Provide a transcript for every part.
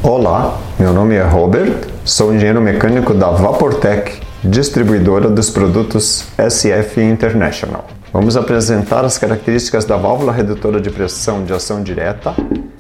Olá, meu nome é Robert, sou engenheiro mecânico da Vaportec, distribuidora dos produtos SF International. Vamos apresentar as características da válvula redutora de pressão de ação direta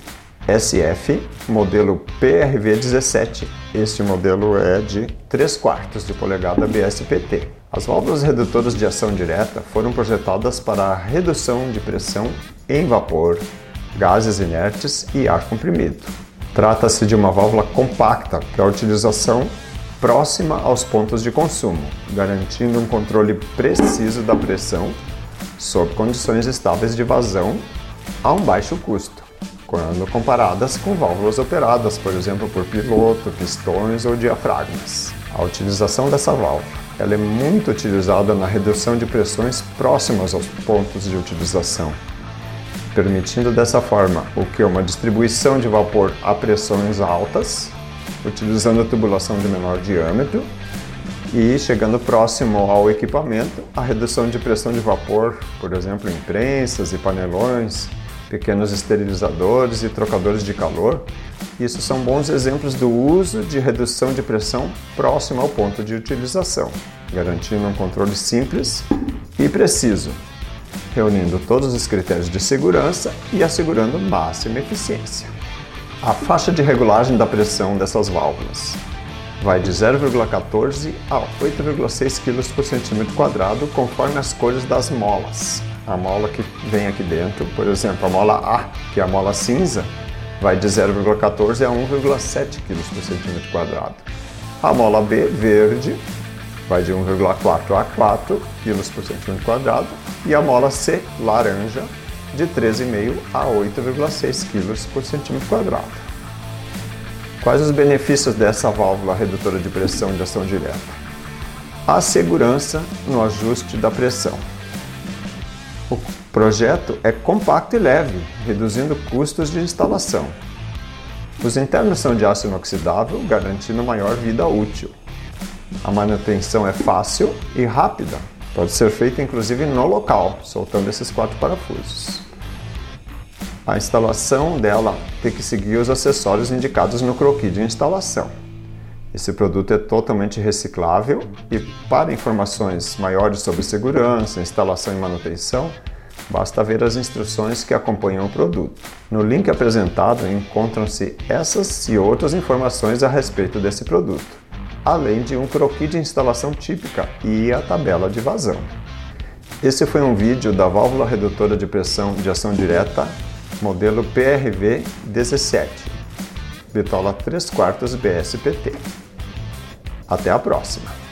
SF, modelo PRV17. Este modelo é de 3/4 de polegada BSPT. As válvulas redutoras de ação direta foram projetadas para a redução de pressão em vapor, gases inertes e ar comprimido. Trata-se de uma válvula compacta para a utilização próxima aos pontos de consumo, garantindo um controle preciso da pressão sob condições estáveis de vazão a um baixo custo, quando comparadas com válvulas operadas, por exemplo, por piloto, pistões ou diafragmas. A utilização dessa válvula ela é muito utilizada na redução de pressões próximas aos pontos de utilização, permitindo dessa forma uma distribuição de vapor a pressões altas, utilizando a tubulação de menor diâmetro e chegando próximo ao equipamento, a redução de pressão de vapor, por exemplo, em prensas e panelões, pequenos esterilizadores e trocadores de calor. Isso são bons exemplos do uso de redução de pressão próximo ao ponto de utilização, garantindo um controle simples e preciso, reunindo todos os critérios de segurança e assegurando máxima eficiência. A faixa de regulagem da pressão dessas válvulas vai de 0,14 a 8,6 kg por centímetro quadrado, conforme as cores das molas. A mola que vem aqui dentro, por exemplo, a mola A, que é a mola cinza, vai de 0,14 a 1,7 kg por centímetro quadrado. A mola B, verde, vai de 1,4 a 4 kg por centímetro quadrado. E a mola C, laranja, de 13,5 a 8,6 kg por centímetro quadrado. Quais os benefícios dessa válvula redutora de pressão de ação direta? A segurança no ajuste da pressão. O projeto é compacto e leve, reduzindo custos de instalação. Os internos são de aço inoxidável, garantindo maior vida útil. A manutenção é fácil e rápida. Pode ser feita inclusive no local, soltando esses 4 parafusos. A instalação dela tem que seguir os acessórios indicados no croquis de instalação. Esse produto é totalmente reciclável e, para informações maiores sobre segurança, instalação e manutenção, basta ver as instruções que acompanham o produto. No link apresentado encontram-se essas e outras informações a respeito desse produto, além de um croquis de instalação típica e a tabela de vazão. Esse foi um vídeo da válvula redutora de pressão de ação direta, modelo PRV17, bitola 3/4 BSPT. Até a próxima!